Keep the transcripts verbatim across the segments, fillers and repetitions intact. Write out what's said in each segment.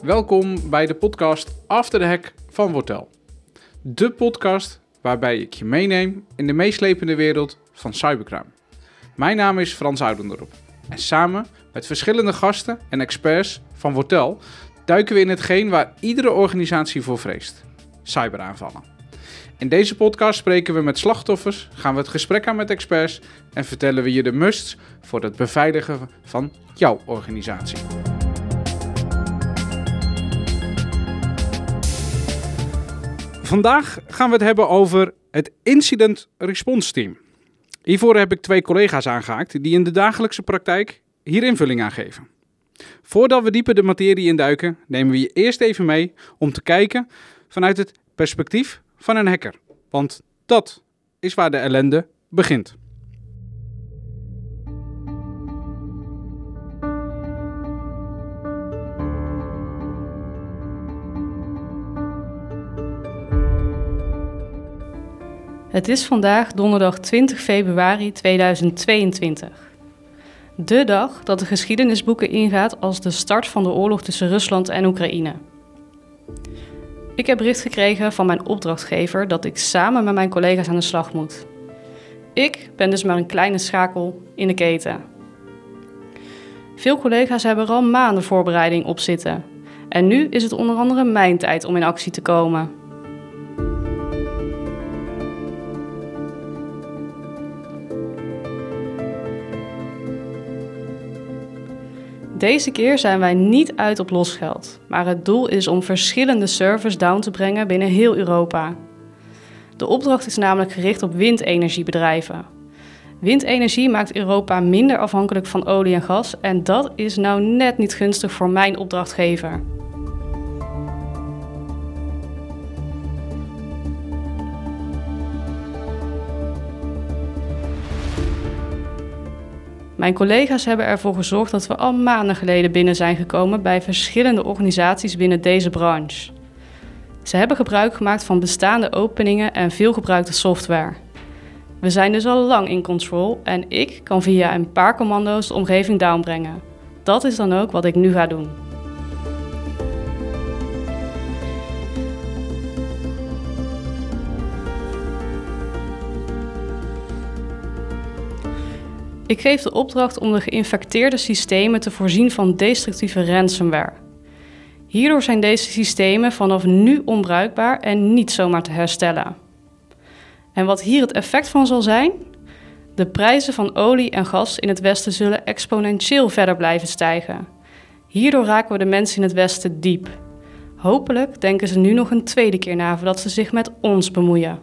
Welkom bij de podcast After the Hack van Wortel. De podcast waarbij ik je meeneem in de meeslepende wereld van cybercrime. Mijn naam is Frans Oudendorp en samen met verschillende gasten en experts van Wortel duiken we in hetgeen waar iedere organisatie voor vreest: cyberaanvallen. In deze podcast spreken we met slachtoffers, gaan we het gesprek aan met experts en vertellen we je de musts voor het beveiligen van jouw organisatie. Vandaag gaan we het hebben over het Incident Response Team. Hiervoor heb ik twee collega's aangehaakt die in de dagelijkse praktijk hier invulling aan geven. Voordat we dieper de materie induiken, nemen we je eerst even mee om te kijken vanuit het perspectief van een hacker. Want dat is waar de ellende begint. Het is vandaag donderdag twintig februari tweeduizend tweeëntwintig. De dag dat de geschiedenisboeken ingaat als de start van de oorlog tussen Rusland en Oekraïne. Ik heb bericht gekregen van mijn opdrachtgever dat ik samen met mijn collega's aan de slag moet. Ik ben dus maar een kleine schakel in de keten. Veel collega's hebben er al maanden voorbereiding op zitten. En nu is het onder andere mijn tijd om in actie te komen. Deze keer zijn wij niet uit op losgeld, maar het doel is om verschillende servers down te brengen binnen heel Europa. De opdracht is namelijk gericht op windenergiebedrijven. Windenergie maakt Europa minder afhankelijk van olie en gas en dat is nou net niet gunstig voor mijn opdrachtgever. Mijn collega's hebben ervoor gezorgd dat we al maanden geleden binnen zijn gekomen bij verschillende organisaties binnen deze branche. Ze hebben gebruik gemaakt van bestaande openingen en veelgebruikte software. We zijn dus al lang in control en ik kan via een paar commando's de omgeving downbrengen. Dat is dan ook wat ik nu ga doen. Ik geef de opdracht om de geïnfecteerde systemen te voorzien van destructieve ransomware. Hierdoor zijn deze systemen vanaf nu onbruikbaar en niet zomaar te herstellen. En wat hier het effect van zal zijn? De prijzen van olie en gas in het Westen zullen exponentieel verder blijven stijgen. Hierdoor raken we de mensen in het Westen diep. Hopelijk denken ze nu nog een tweede keer na voordat ze zich met ons bemoeien.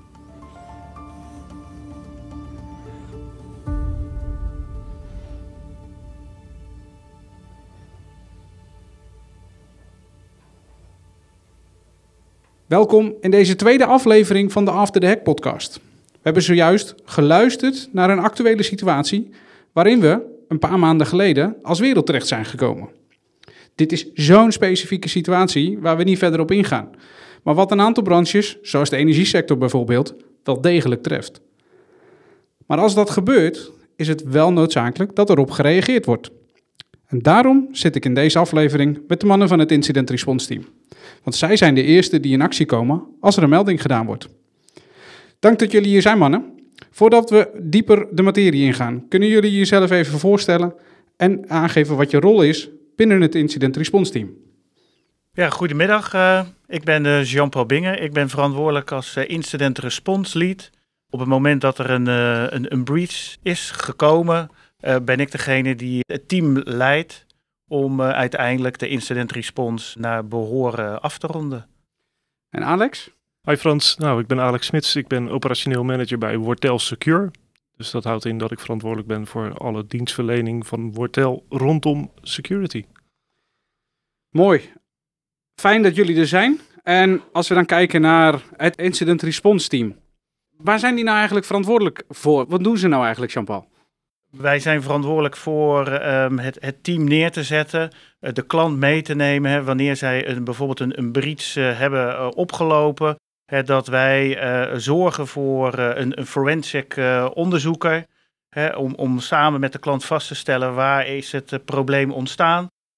Welkom in deze tweede aflevering van de After the Hack podcast. We hebben zojuist geluisterd naar een actuele situatie waarin we een paar maanden geleden als wereld terecht zijn gekomen. Dit is zo'n specifieke situatie waar we niet verder op ingaan, maar wat een aantal branches, zoals de energiesector bijvoorbeeld, wel degelijk treft. Maar als dat gebeurt, is het wel noodzakelijk dat erop gereageerd wordt. En daarom zit ik in deze aflevering met de mannen van het Incident Response Team. Want zij zijn de eerste die in actie komen als er een melding gedaan wordt. Dank dat jullie hier zijn, mannen. Voordat we dieper de materie ingaan, kunnen jullie jezelf even voorstellen en aangeven wat je rol is binnen het Incident Response Team? Ja, goedemiddag. Uh, ik ben uh, Jean-Paul Binge. Ik ben verantwoordelijk als uh, Incident Response Lead. Op het moment dat er een, uh, een, een breach is gekomen, uh, ben ik degene die het team leidt om uh, uiteindelijk de incident response naar behoren af te ronden. En Alex? Hi Frans, nou ik ben Alex Smits, ik ben operationeel manager bij Wortel Secure. Dus dat houdt in dat ik verantwoordelijk ben voor alle dienstverlening van Wortel rondom security. Mooi. Fijn dat jullie er zijn. En als we dan kijken naar het Incident Response Team. Waar zijn die nou eigenlijk verantwoordelijk voor? Wat doen ze nou eigenlijk, Jean-Paul? Wij zijn verantwoordelijk voor um, het, het team neer te zetten, uh, de klant mee te nemen. Hè, wanneer zij een, bijvoorbeeld een, een breach uh, hebben uh, opgelopen. Hè, dat wij uh, zorgen voor uh, een, een forensic uh, onderzoeker. Hè, om, om samen met de klant vast te stellen waar is het uh, probleem ontstaan.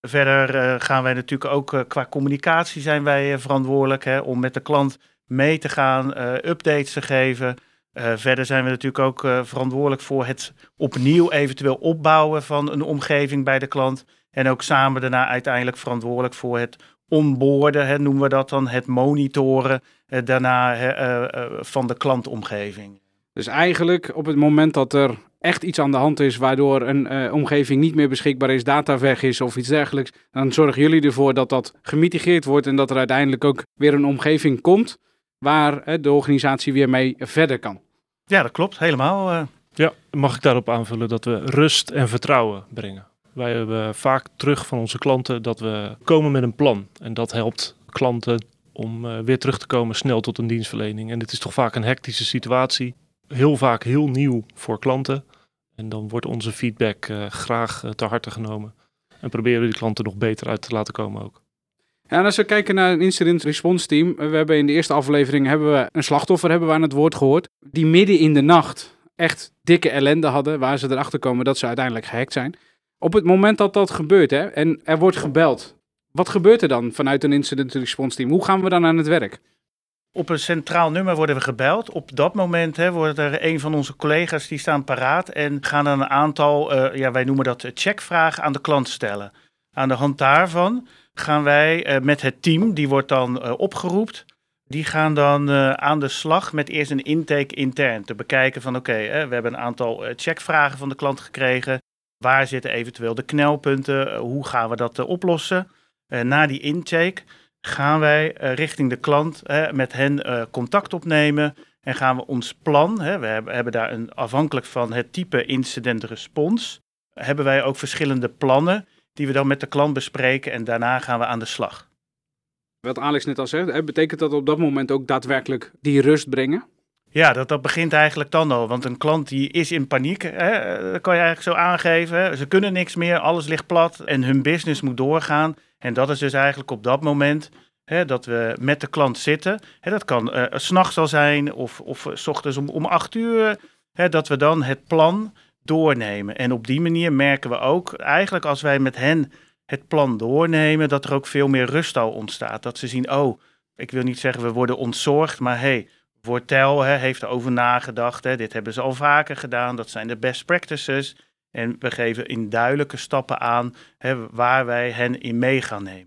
Verder uh, gaan wij natuurlijk ook uh, qua communicatie zijn wij uh, verantwoordelijk hè, om met de klant mee te gaan, uh, updates te geven. Uh, verder zijn we natuurlijk ook uh, verantwoordelijk voor het opnieuw eventueel opbouwen van een omgeving bij de klant. En ook samen daarna uiteindelijk verantwoordelijk voor het onboarden, hè, noemen we dat dan, het monitoren uh, daarna uh, uh, van de klantomgeving. Dus eigenlijk op het moment dat er echt iets aan de hand is waardoor een uh, omgeving niet meer beschikbaar is, data weg is of iets dergelijks, dan zorgen jullie ervoor dat dat gemitigeerd wordt en dat er uiteindelijk ook weer een omgeving komt waar uh, de organisatie weer mee verder kan. Ja, dat klopt, helemaal. Uh... Ja, mag ik daarop aanvullen dat we rust en vertrouwen brengen. Wij hebben vaak terug van onze klanten dat we komen met een plan. En dat helpt klanten om uh, weer terug te komen snel tot een dienstverlening. En dit is toch vaak een hectische situatie. Heel vaak heel nieuw voor klanten. En dan wordt onze feedback uh, graag uh, ter harte genomen. En proberen we die klanten nog beter uit te laten komen ook. Ja, en als we kijken naar een incident response team. We hebben in de eerste aflevering hebben we een slachtoffer hebben we aan het woord gehoord. Die midden in de nacht echt dikke ellende hadden. Waar ze erachter komen dat ze uiteindelijk gehackt zijn. Op het moment dat dat gebeurt hè, en er wordt gebeld. Wat gebeurt er dan vanuit een incident response team? Hoe gaan we dan aan het werk? Op een centraal nummer worden we gebeld. Op dat moment hè, wordt er een van onze collega's die staan paraat en gaan dan een aantal, uh, ja, wij noemen dat checkvragen aan de klant stellen. Aan de hand daarvan gaan wij uh, met het team, die wordt dan uh, opgeroepen, die gaan dan uh, aan de slag met eerst een intake intern. Te bekijken van oké, okay, we hebben een aantal uh, checkvragen van de klant gekregen. Waar zitten eventueel de knelpunten? Uh, hoe gaan we dat uh, oplossen? Uh, na die intake gaan wij uh, richting de klant hè, met hen uh, contact opnemen en gaan we ons plan, hè, we hebben, hebben daar een, afhankelijk van het type incident response, hebben wij ook verschillende plannen die we dan met de klant bespreken en daarna gaan we aan de slag. Wat Alex net al zegt, hè, betekent dat op dat moment ook daadwerkelijk die rust brengen? Ja, dat, dat begint eigenlijk dan al, want een klant die is in paniek, hè, dat kan je eigenlijk zo aangeven. Hè. Ze kunnen niks meer, alles ligt plat en hun business moet doorgaan. En dat is dus eigenlijk op dat moment hè, dat we met de klant zitten. Hè, dat kan uh, 's nachts al zijn of, of 's ochtends om, om acht uur. Hè, dat we dan het plan doornemen. En op die manier merken we ook eigenlijk als wij met hen het plan doornemen, dat er ook veel meer rust al ontstaat. Dat ze zien, oh, ik wil niet zeggen we worden ontzorgd, maar hey, Wortel hè, heeft erover nagedacht. Hè, dit hebben ze al vaker gedaan. Dat zijn de best practices. En we geven in duidelijke stappen aan hè, waar wij hen in mee gaan nemen.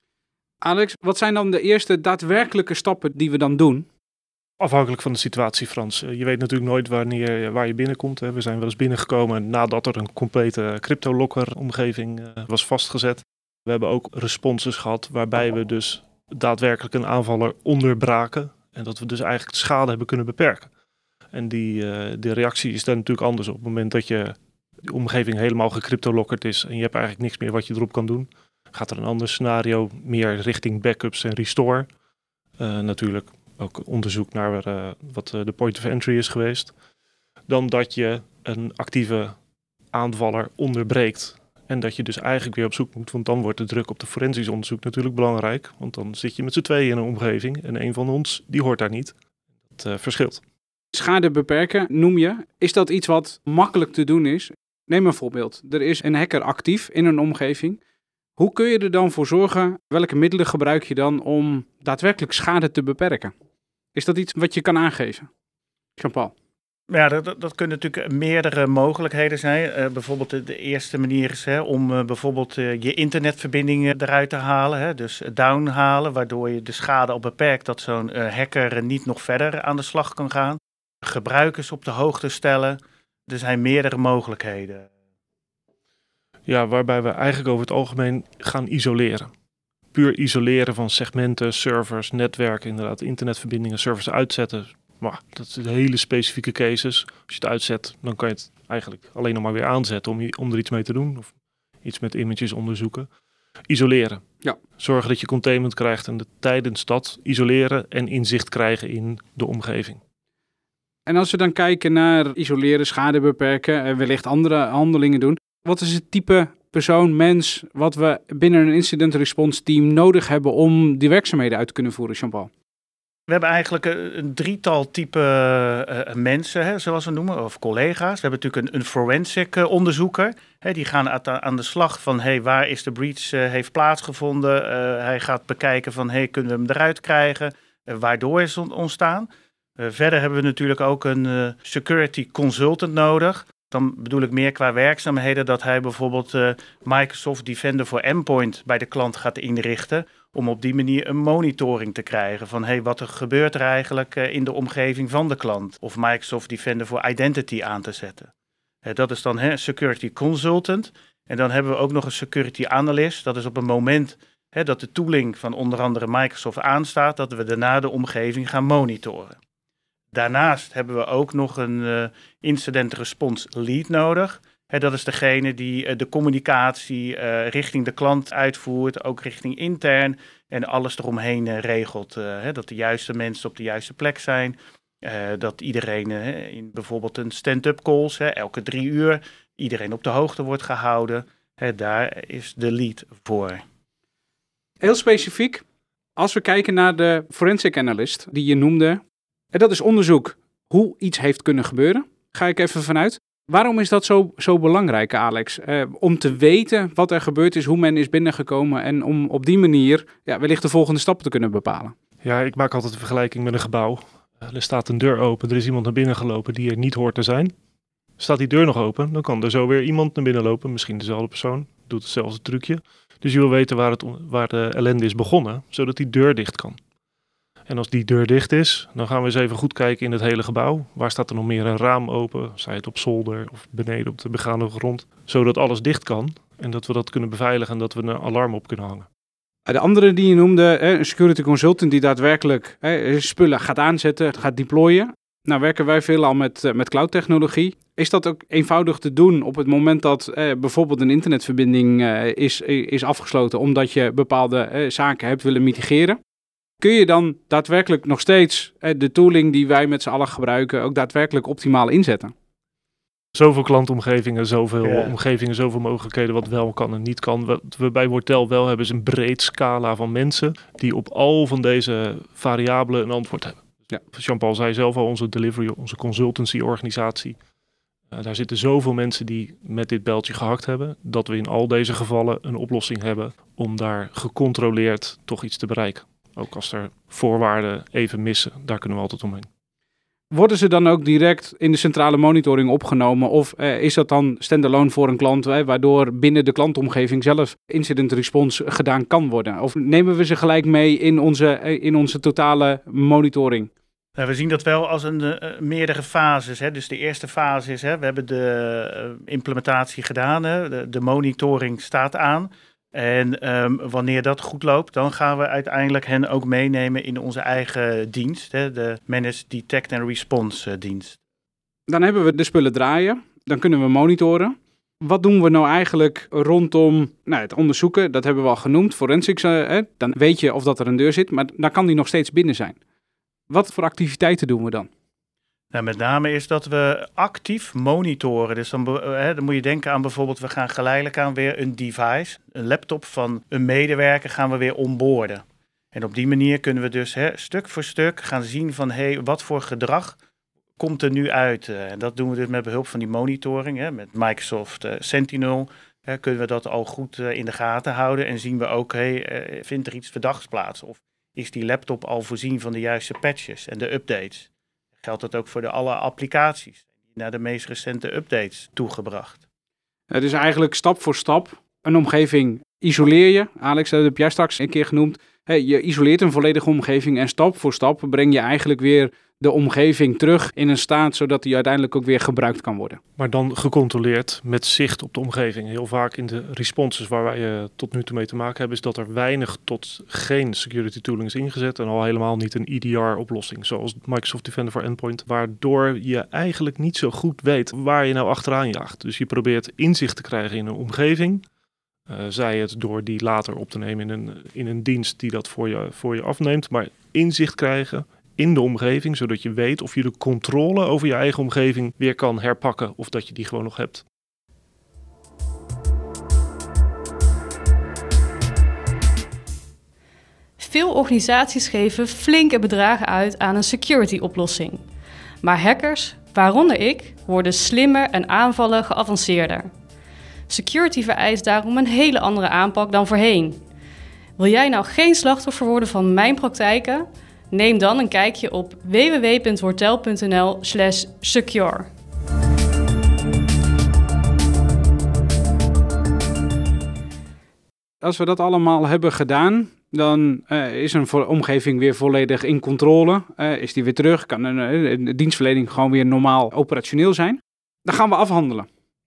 Alex, wat zijn dan de eerste daadwerkelijke stappen die we dan doen? Afhankelijk van de situatie, Frans. Je weet natuurlijk nooit wanneer, waar je binnenkomt. We zijn wel eens binnengekomen nadat er een complete crypto-locker-omgeving was vastgezet. We hebben ook responses gehad waarbij we dus daadwerkelijk een aanvaller onderbraken. En dat we dus eigenlijk de schade hebben kunnen beperken. En die, uh, de reactie is daar natuurlijk anders op het moment dat je de omgeving helemaal gecryptolockerd is en je hebt eigenlijk niks meer wat je erop kan doen. Gaat er een ander scenario meer richting backups en restore. Uh, natuurlijk ook onderzoek naar uh, wat uh, de point of entry is geweest. Dan dat je een actieve aanvaller onderbreekt. En dat je dus eigenlijk weer op zoek moet, want dan wordt de druk op de forensisch onderzoek natuurlijk belangrijk. Want dan zit je met z'n tweeën in een omgeving en een van ons die hoort daar niet. Dat uh, verschilt. Schade beperken noem je. Is dat iets wat makkelijk te doen is? Neem een voorbeeld. Er is een hacker actief in een omgeving. Hoe kun je er dan voor zorgen? Welke middelen gebruik je dan om daadwerkelijk schade te beperken? Is dat iets wat je kan aangeven? Jean-Paul. Ja, dat, dat kunnen natuurlijk meerdere mogelijkheden zijn. Uh, bijvoorbeeld de, de eerste manier is hè, om uh, bijvoorbeeld uh, je internetverbinding eruit te halen. Hè, dus down halen, waardoor je de schade al beperkt dat zo'n uh, hacker niet nog verder aan de slag kan gaan. Gebruikers op de hoogte stellen. Er zijn meerdere mogelijkheden. Ja, waarbij we eigenlijk over het algemeen gaan isoleren. Puur isoleren van segmenten, servers, netwerken, inderdaad internetverbindingen, servers uitzetten. Maar dat zijn hele specifieke cases. Als je het uitzet, dan kan je het eigenlijk alleen nog maar weer aanzetten om, om er iets mee te doen. Of iets met images onderzoeken. Isoleren. Ja. Zorgen dat je containment krijgt en de tijdens dat isoleren en inzicht krijgen in de omgeving. En als we dan kijken naar isoleren, schade beperken en wellicht andere handelingen doen. Wat is het type persoon, mens, wat we binnen een incident response team nodig hebben om die werkzaamheden uit te kunnen voeren, Jean-Paul? We hebben eigenlijk een, een drietal type uh, mensen, hè, zoals we noemen, of collega's. We hebben natuurlijk een, een forensic uh, onderzoeker. Hè, die gaan aan, aan de slag van, hey, waar is de breach uh, heeft plaatsgevonden. Uh, hij gaat bekijken van, hey, kunnen we hem eruit krijgen? Uh, waardoor is het ontstaan? Uh, verder hebben we natuurlijk ook een uh, security consultant nodig. Dan bedoel ik meer qua werkzaamheden dat hij bijvoorbeeld uh, Microsoft Defender for Endpoint bij de klant gaat inrichten. Om op die manier een monitoring te krijgen van hey, wat er gebeurt er eigenlijk uh, in de omgeving van de klant. Of Microsoft Defender for Identity aan te zetten. Uh, dat is dan een security consultant. En dan hebben we ook nog een security analyst. Dat is op het moment hè, dat de tooling van onder andere Microsoft aanstaat, dat we daarna de omgeving gaan monitoren. Daarnaast hebben we ook nog een uh, incident response lead nodig. He, dat is degene die uh, de communicatie uh, richting de klant uitvoert, ook richting intern en alles eromheen uh, regelt. Uh, he, dat de juiste mensen op de juiste plek zijn. Uh, dat iedereen uh, in bijvoorbeeld een stand-up calls, he, elke drie uur, iedereen op de hoogte wordt gehouden. He, daar is de lead voor. Heel specifiek, als we kijken naar de forensic analyst die je noemde. En dat is onderzoek hoe iets heeft kunnen gebeuren. Ga ik even vanuit. Waarom is dat zo, zo belangrijk, Alex? Uh, om te weten wat er gebeurd is, hoe men is binnengekomen en om op die manier ja, wellicht de volgende stappen te kunnen bepalen. Ja, ik maak altijd een vergelijking met een gebouw. Uh, er staat een deur open, er is iemand naar binnen gelopen die er niet hoort te zijn. Staat die deur nog open, dan kan er zo weer iemand naar binnen lopen. Misschien dezelfde persoon, doet hetzelfde trucje. Dus je wil weten waar, het, waar de ellende is begonnen, zodat die deur dicht kan. En als die deur dicht is, dan gaan we eens even goed kijken in het hele gebouw. Waar staat er nog meer een raam open? Zij het op zolder of beneden op de begane grond. Zodat alles dicht kan en dat we dat kunnen beveiligen en dat we een alarm op kunnen hangen. De andere die je noemde, een security consultant die daadwerkelijk hè, spullen gaat aanzetten, gaat deployen. Nou werken wij veelal met, met cloud technologie. Is dat ook eenvoudig te doen op het moment dat eh, bijvoorbeeld een internetverbinding eh, is, is afgesloten omdat je bepaalde eh, zaken hebt willen mitigeren? Kun je dan daadwerkelijk nog steeds eh, de tooling die wij met z'n allen gebruiken ook daadwerkelijk optimaal inzetten? Zoveel klantomgevingen, zoveel ja. omgevingen, zoveel mogelijkheden wat wel kan en niet kan. Wat we bij Wortel wel hebben is een breed scala van mensen die op al van deze variabelen een antwoord hebben. Ja. Jean-Paul zei zelf al, onze delivery, onze consultancy-organisatie. Uh, daar zitten zoveel mensen die met dit bijltje gehakt hebben, dat we in al deze gevallen een oplossing hebben om daar gecontroleerd toch iets te bereiken. Ook als er voorwaarden even missen, daar kunnen we altijd omheen. Worden ze dan ook direct in de centrale monitoring opgenomen? Of eh, is dat dan standalone voor een klant, eh, waardoor binnen de klantomgeving zelf incident response gedaan kan worden? Of nemen we ze gelijk mee in onze, eh, in onze totale monitoring? Nou, we zien dat wel als een uh, meerdere fases. Hè. Dus de eerste fase is, hè, we hebben de uh, implementatie gedaan, hè. De, de monitoring staat aan. En um, wanneer dat goed loopt, dan gaan we uiteindelijk hen ook meenemen in onze eigen dienst, hè, de Managed Detect and Response uh, dienst. Dan hebben we de spullen draaien, dan kunnen we monitoren. Wat doen we nou eigenlijk rondom nou, het onderzoeken? Dat hebben we al genoemd, forensics. Uh, hè. Dan weet je of dat er een deur zit, maar dan kan die nog steeds binnen zijn. Wat voor activiteiten doen we dan? Nou, met name is dat we actief monitoren. Dus dan, hè, dan moet je denken aan bijvoorbeeld, we gaan geleidelijk aan weer een device, een laptop van een medewerker gaan we weer onboarden. En op die manier kunnen we dus hè, stuk voor stuk gaan zien van hey, wat voor gedrag komt er nu uit. En dat doen we dus met behulp van die monitoring. Hè, met Microsoft uh, Sentinel hè, kunnen we dat al goed uh, in de gaten houden. En zien we ook, hey, uh, vindt er iets verdachts plaats? Of is die laptop al voorzien van de juiste patches en de updates? Geldt dat ook voor de alle applicaties die naar de meest recente updates toegebracht? Het is eigenlijk stap voor stap een omgeving isoleer je. Alex, dat heb jij straks een keer genoemd. Hey, je isoleert een volledige omgeving en stap voor stap breng je eigenlijk weer de omgeving terug in een staat zodat die uiteindelijk ook weer gebruikt kan worden. Maar dan gecontroleerd met zicht op de omgeving. Heel vaak in de responses waar wij uh, tot nu toe mee te maken hebben, is dat er weinig tot geen security tooling is ingezet en al helemaal niet een E D R-oplossing, zoals Microsoft Defender for Endpoint, waardoor je eigenlijk niet zo goed weet waar je nou achteraan jaagt. Dus je probeert inzicht te krijgen in een omgeving. Uh, zij het door die later op te nemen in een, in een dienst die dat voor je, voor je afneemt, maar inzicht krijgen in de omgeving, zodat je weet of je de controle over je eigen omgeving weer kan herpakken of dat je die gewoon nog hebt. Veel organisaties geven flinke bedragen uit aan een security-oplossing. Maar hackers, waaronder ik, worden slimmer en aanvallen geavanceerder. Security vereist daarom een hele andere aanpak dan voorheen. Wil jij nou geen slachtoffer worden van mijn praktijken? Neem dan een kijkje op w w w punt wortel punt n l slash secure. Als we dat allemaal hebben gedaan, dan uh, is een vo- omgeving weer volledig in controle. Uh, is die weer terug, kan een, uh, de dienstverlening gewoon weer normaal operationeel zijn. Dan gaan we afhandelen.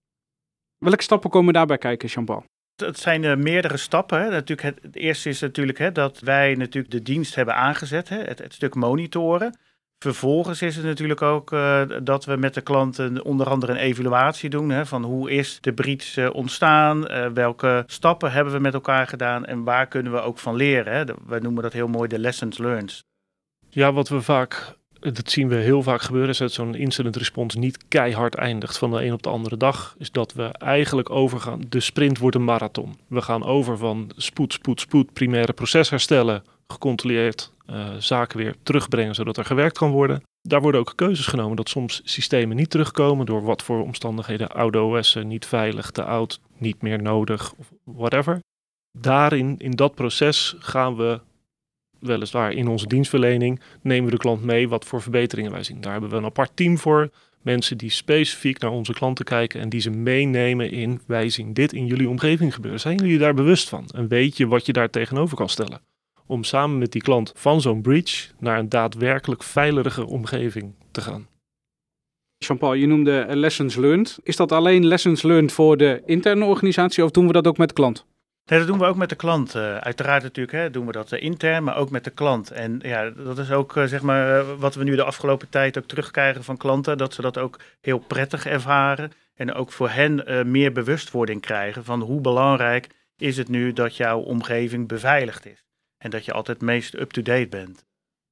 Welke stappen komen daarbij kijken, Jean-Paul? Het zijn uh, meerdere stappen. Hè. Natuurlijk het, het eerste is natuurlijk hè, dat wij natuurlijk de dienst hebben aangezet, hè, het, het stuk monitoren. Vervolgens is het natuurlijk ook uh, dat we met de klanten onder andere een evaluatie doen. Hè, van hoe is de breach uh, ontstaan, uh, welke stappen hebben we met elkaar gedaan en waar kunnen we ook van leren. Hè. De, we noemen dat heel mooi de lessons learned. Ja, wat we vaak, dat zien we heel vaak gebeuren, is dat zo'n incident response niet keihard eindigt van de een op de andere dag. Is dat we eigenlijk overgaan, de sprint wordt een marathon. We gaan over van spoed, spoed, spoed, primaire proces herstellen, gecontroleerd uh, zaken weer terugbrengen zodat er gewerkt kan worden. Daar worden ook keuzes genomen dat soms systemen niet terugkomen door wat voor omstandigheden, oude O S'en, niet veilig, te oud, niet meer nodig of whatever. Daarin, in dat proces gaan we weliswaar in onze dienstverlening, nemen we de klant mee wat voor verbeteringen wij zien. Daar hebben we een apart team voor. Mensen die specifiek naar onze klanten kijken en die ze meenemen in, wij zien dit in jullie omgeving gebeuren. Zijn jullie daar bewust van? En weet je wat je daar tegenover kan stellen? Om samen met die klant van zo'n breach naar een daadwerkelijk veilige omgeving te gaan. Jean-Paul, je noemde lessons learned. Is dat alleen lessons learned voor de interne organisatie of doen we dat ook met de klant? Nee, dat doen we ook met de klant. Uh, uiteraard natuurlijk hè, doen we dat uh, intern, maar ook met de klant. En ja, dat is ook uh, zeg maar uh, wat we nu de afgelopen tijd ook terugkrijgen van klanten. Dat ze dat ook heel prettig ervaren. En ook voor hen uh, meer bewustwording krijgen van hoe belangrijk is het nu dat jouw omgeving beveiligd is. En dat je altijd het meest up-to-date bent.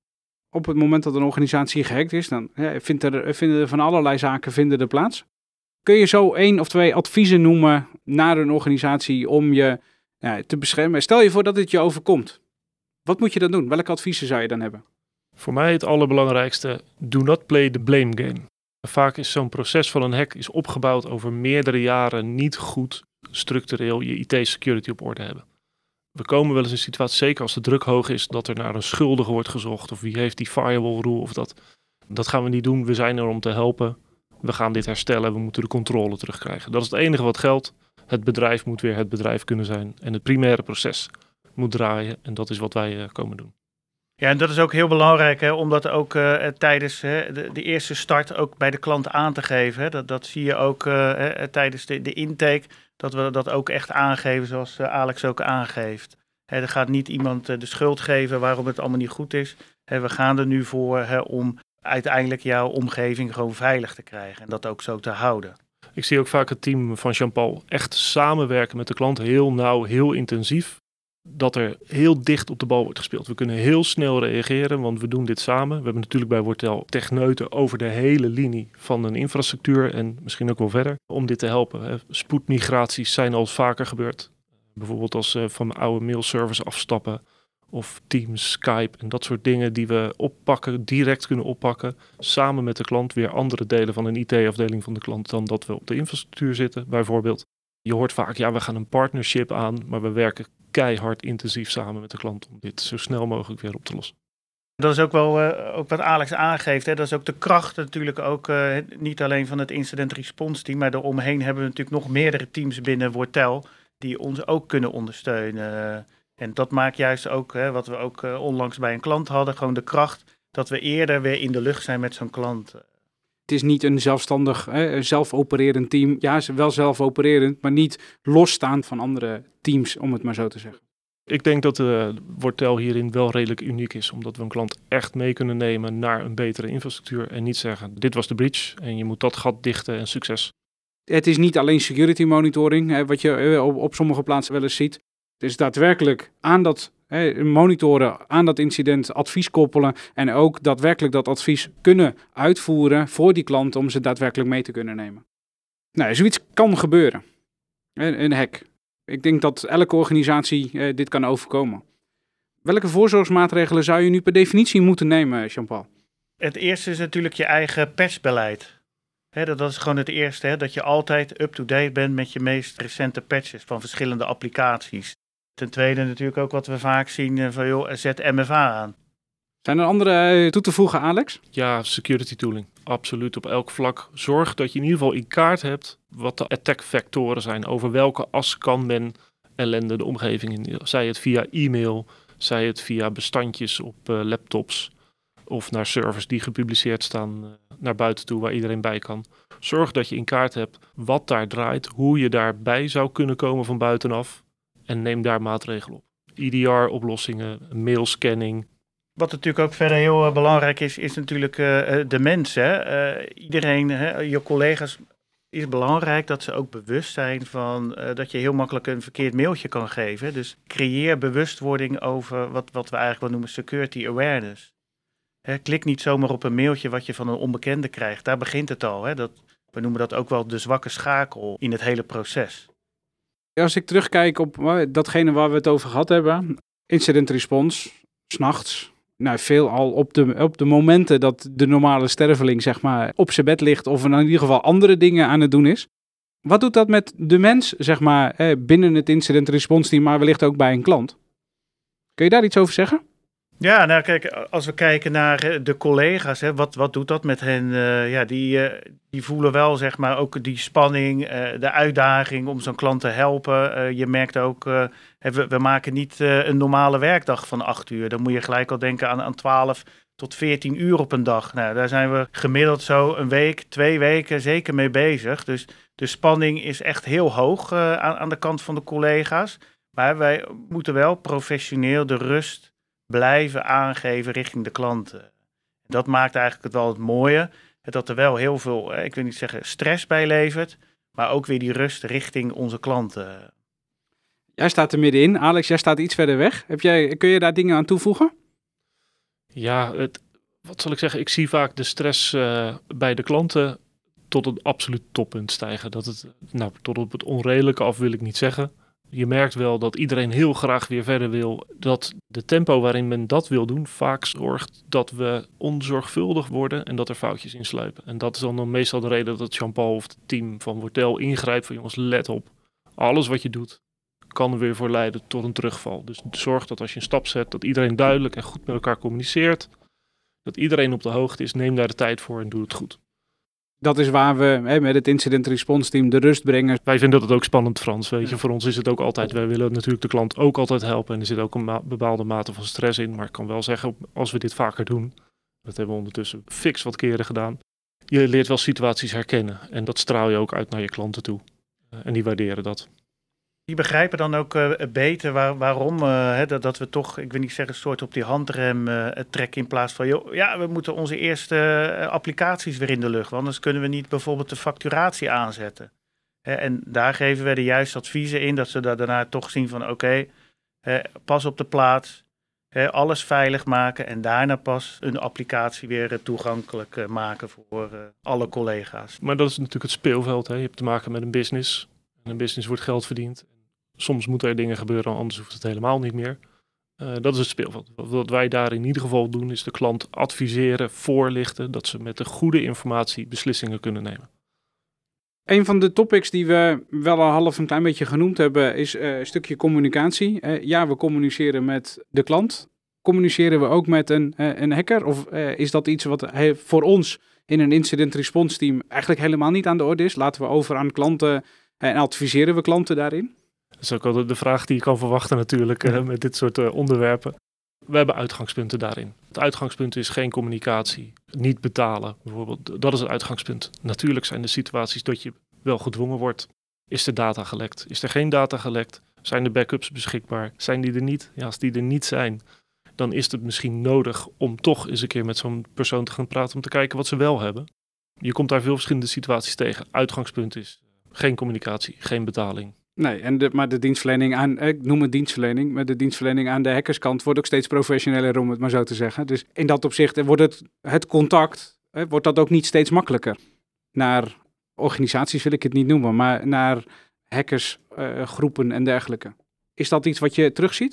Op het moment dat een organisatie gehackt is, dan ja, vindt er, vinden er van allerlei zaken vinden er plaats. Kun je zo één of twee adviezen noemen naar een organisatie om je ja, te beschermen? Stel je voor dat het je overkomt. Wat moet je dan doen? Welke adviezen zou je dan hebben? Voor mij het allerbelangrijkste, do not play the blame game. Vaak is zo'n proces van een hack is opgebouwd over meerdere jaren niet goed structureel je I T-security op orde hebben. We komen wel eens in een situatie, zeker als de druk hoog is, dat er naar een schuldige wordt gezocht of wie heeft die firewall rule of dat. Dat gaan we niet doen. We zijn er om te helpen. We gaan dit herstellen. We moeten de controle terugkrijgen. Dat is het enige wat geldt. Het bedrijf moet weer het bedrijf kunnen zijn en het primaire proces moet draaien en dat is wat wij uh, komen doen. Ja, en dat is ook heel belangrijk, hè, om dat ook uh, tijdens hè, de, de eerste start ook bij de klant aan te geven. Hè. Dat, dat zie je ook uh, hè, tijdens de, de intake, dat we dat ook echt aangeven zoals uh, Alex ook aangeeft. Hè, er gaat niet iemand uh, de schuld geven waarom het allemaal niet goed is. Hè, we gaan er nu voor hè, om uiteindelijk jouw omgeving gewoon veilig te krijgen en dat ook zo te houden. Ik zie ook vaak het team van Jean-Paul echt samenwerken met de klant, heel nauw, heel intensief. Dat er heel dicht op de bal wordt gespeeld. We kunnen heel snel reageren, want we doen dit samen. We hebben natuurlijk bij Wortel techneuten over de hele linie van een infrastructuur en misschien ook wel verder om dit te helpen. Spoedmigraties zijn al vaker gebeurd. Bijvoorbeeld als uh, van mijn oude mailservice afstappen of Teams, Skype en dat soort dingen die we oppakken, direct kunnen oppakken. Samen met de klant weer andere delen van een I T-afdeling van de klant dan dat we op de infrastructuur zitten, bijvoorbeeld. Je hoort vaak, ja, we gaan een partnership aan, maar we werken keihard intensief samen met de klant om dit zo snel mogelijk weer op te lossen. Dat is ook wel uh, ook wat Alex aangeeft. Hè. Dat is ook de kracht natuurlijk ook uh, niet alleen van het incident response team, maar daaromheen hebben we natuurlijk nog meerdere teams binnen Wortel die ons ook kunnen ondersteunen. En dat maakt juist ook, hè, wat we ook uh, onlangs bij een klant hadden, gewoon de kracht dat we eerder weer in de lucht zijn met zo'n klant. Het is niet een zelfstandig, hè, zelfopererend team. Ja, wel zelfopererend, maar niet losstaand van andere teams, om het maar zo te zeggen. Ik denk dat uh, Wortel hierin wel redelijk uniek is, omdat we een klant echt mee kunnen nemen naar een betere infrastructuur en niet zeggen, dit was de breach en je moet dat gat dichten en succes. Het is niet alleen security monitoring, hè, wat je op, op sommige plaatsen wel eens ziet. Het is daadwerkelijk aan dat hè, monitoren, aan dat incident advies koppelen en ook daadwerkelijk dat advies kunnen uitvoeren voor die klant om ze daadwerkelijk mee te kunnen nemen. Nou, zoiets kan gebeuren. Een hack. Ik denk dat elke organisatie eh, dit kan overkomen. Welke voorzorgsmaatregelen zou je nu per definitie moeten nemen, Jean-Paul? Het eerste is natuurlijk je eigen patchbeleid. He, dat, dat is gewoon het eerste, he, dat je altijd up-to-date bent met je meest recente patches van verschillende applicaties. Ten tweede natuurlijk ook wat we vaak zien van joh, zet M F A aan. Zijn er andere toe te voegen, Alex? Ja, security tooling. Absoluut op elk vlak. Zorg dat je in ieder geval in kaart hebt wat de attack vectoren zijn. Over welke as kan men ellende de omgeving in. Zij het via e-mail, zij het via bestandjes op uh, laptops of naar servers die gepubliceerd staan uh, naar buiten toe waar iedereen bij kan. Zorg dat je in kaart hebt wat daar draait, hoe je daarbij zou kunnen komen van buitenaf en neem daar maatregelen op. I D R-oplossingen, mailscanning. Wat natuurlijk ook verder heel uh, belangrijk is, is natuurlijk uh, de mens. Hè? Uh, iedereen, hè, je collega's, is belangrijk dat ze ook bewust zijn van uh, dat je heel makkelijk een verkeerd mailtje kan geven. Dus creëer bewustwording over wat, wat we eigenlijk wel noemen security awareness. Hè, klik niet zomaar op een mailtje wat je van een onbekende krijgt. Daar begint het al. Hè? Dat, we noemen dat ook wel de zwakke schakel in het hele proces. Als ik terugkijk op uh, datgene waar we het over gehad hebben, incident response, 's nachts. Nou, veel al op de, op de momenten dat de normale sterveling zeg maar op zijn bed ligt of in ieder geval andere dingen aan het doen is. Wat doet dat met de mens zeg maar eh, binnen het incident response team, maar wellicht ook bij een klant? Kun je daar iets over zeggen? Ja, nou kijk, als we kijken naar de collega's, hè, wat, wat doet dat met hen? Uh, ja, die, uh, die voelen wel zeg maar ook die spanning, uh, de uitdaging om zo'n klant te helpen. Uh, je merkt ook, uh, we, we maken niet uh, een normale werkdag van acht uur. Dan moet je gelijk al denken aan, aan twaalf tot veertien uur op een dag. Nou, daar zijn we gemiddeld zo een week, twee weken zeker mee bezig. Dus de spanning is echt heel hoog uh, aan, aan de kant van de collega's. Maar wij moeten wel professioneel de rust blijven aangeven richting de klanten. Dat maakt eigenlijk het wel het mooie, dat er wel heel veel, ik wil niet zeggen stress bij levert, maar ook weer die rust richting onze klanten. Jij staat er middenin. Alex, jij staat iets verder weg. Heb jij, kun je daar dingen aan toevoegen? Ja, het, wat zal ik zeggen? Ik zie vaak de stress uh, bij de klanten tot het absoluut toppunt stijgen. Dat het, nou, tot op het onredelijke af wil ik niet zeggen. Je merkt wel dat iedereen heel graag weer verder wil. Dat de tempo waarin men dat wil doen vaak zorgt dat we onzorgvuldig worden en dat er foutjes insluipen. En dat is dan, dan meestal de reden dat Jean-Paul of het team van Wortel ingrijpt van jongens, let op. Alles wat je doet kan er weer voor leiden tot een terugval. Dus zorg dat als je een stap zet, dat iedereen duidelijk en goed met elkaar communiceert. Dat iedereen op de hoogte is, neem daar de tijd voor en doe het goed. Dat is waar we hè, met het incident response team de rust brengen. Wij vinden dat ook spannend, Frans. Weet je, voor ons is het ook altijd, wij willen natuurlijk de klant ook altijd helpen. En er zit ook een ma- bepaalde mate van stress in. Maar ik kan wel zeggen, als we dit vaker doen, dat hebben we ondertussen fix wat keren gedaan. Je leert wel situaties herkennen. En dat straal je ook uit naar je klanten toe. Uh, en die waarderen dat. Die begrijpen dan ook uh, beter waar, waarom uh, hè, dat, dat we toch, ik wil niet zeggen, een soort op die handrem uh, trekken in plaats van, joh, ja, we moeten onze eerste uh, applicaties weer in de lucht, want anders kunnen we niet bijvoorbeeld de facturatie aanzetten. Hè, en daar geven we de juiste adviezen in, dat ze daar daarna toch zien van, oké, okay, uh, pas op de plaats, uh, alles veilig maken en daarna pas een applicatie weer uh, toegankelijk uh, maken voor uh, alle collega's. Maar dat is natuurlijk het speelveld. Hè. Je hebt te maken met een business. En een business wordt geld verdiend. Soms moeten er dingen gebeuren, anders hoeft het helemaal niet meer. Uh, dat is het speelveld. Wat wij daar in ieder geval doen, is de klant adviseren, voorlichten, dat ze met de goede informatie beslissingen kunnen nemen. Een van de topics die we wel al half een klein beetje genoemd hebben, is uh, een stukje communicatie. Uh, ja, we communiceren met de klant. Communiceren we ook met een, uh, een hacker? Of uh, is dat iets wat uh, voor ons in een incident response team eigenlijk helemaal niet aan de orde is? Laten we over aan klanten uh, en adviseren we klanten daarin? Dat is ook wel de vraag die je kan verwachten natuurlijk uh, met dit soort uh, onderwerpen. We hebben uitgangspunten daarin. Het uitgangspunt is geen communicatie, niet betalen bijvoorbeeld. Dat is het uitgangspunt. Natuurlijk zijn er situaties dat je wel gedwongen wordt. Is de data gelekt? Is er geen data gelekt? Zijn de backups beschikbaar? Zijn die er niet? Ja, als die er niet zijn, dan is het misschien nodig om toch eens een keer met zo'n persoon te gaan praten om te kijken wat ze wel hebben. Je komt daar veel verschillende situaties tegen. Uitgangspunt is geen communicatie, geen betaling. Nee, en de, maar de dienstverlening aan, ik noem het dienstverlening, maar de dienstverlening aan de hackerskant wordt ook steeds professioneler, om het maar zo te zeggen. Dus in dat opzicht wordt het, het contact, hè, wordt dat ook niet steeds makkelijker. Naar organisaties wil ik het niet noemen, maar naar hackersgroepen uh, en dergelijke. Is dat iets wat je terugziet?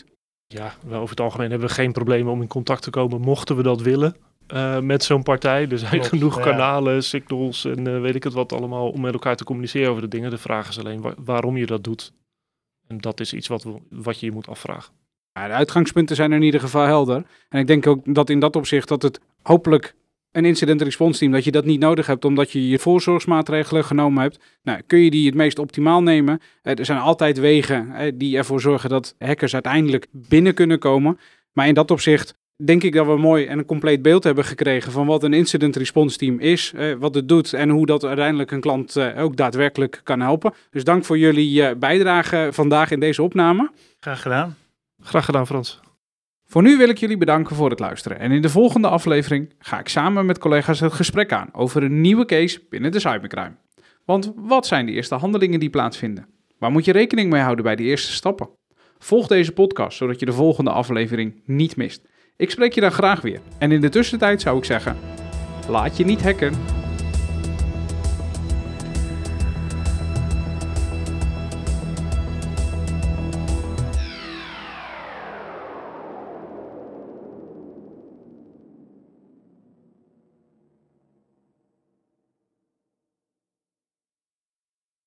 Ja, over het algemeen hebben we geen problemen om in contact te komen, mochten we dat willen, uh, met zo'n partij. Er zijn Klopt, genoeg ja. kanalen, signals en uh, weet ik het wat allemaal om met elkaar te communiceren over de dingen. De vraag is alleen wa- waarom je dat doet. En dat is iets wat, we, wat je je moet afvragen. Ja, de uitgangspunten zijn in ieder geval helder. En ik denk ook dat in dat opzicht dat het hopelijk een incident response team, dat je dat niet nodig hebt omdat je je voorzorgsmaatregelen genomen hebt. Nou, kun je die het meest optimaal nemen? Eh, er zijn altijd wegen eh, die ervoor zorgen dat hackers uiteindelijk binnen kunnen komen. Maar in dat opzicht denk ik dat we mooi en een compleet beeld hebben gekregen van wat een incident response team is, eh, wat het doet en hoe dat uiteindelijk een klant eh, ook daadwerkelijk kan helpen. Dus dank voor jullie uh, bijdrage vandaag in deze opname. Graag gedaan. Graag gedaan, Frans. Voor nu wil ik jullie bedanken voor het luisteren. En in de volgende aflevering ga ik samen met collega's het gesprek aan over een nieuwe case binnen de cybercrime. Want wat zijn de eerste handelingen die plaatsvinden? Waar moet je rekening mee houden bij die eerste stappen? Volg deze podcast, zodat je de volgende aflevering niet mist. Ik spreek je dan graag weer. En in de tussentijd zou ik zeggen, laat je niet hacken.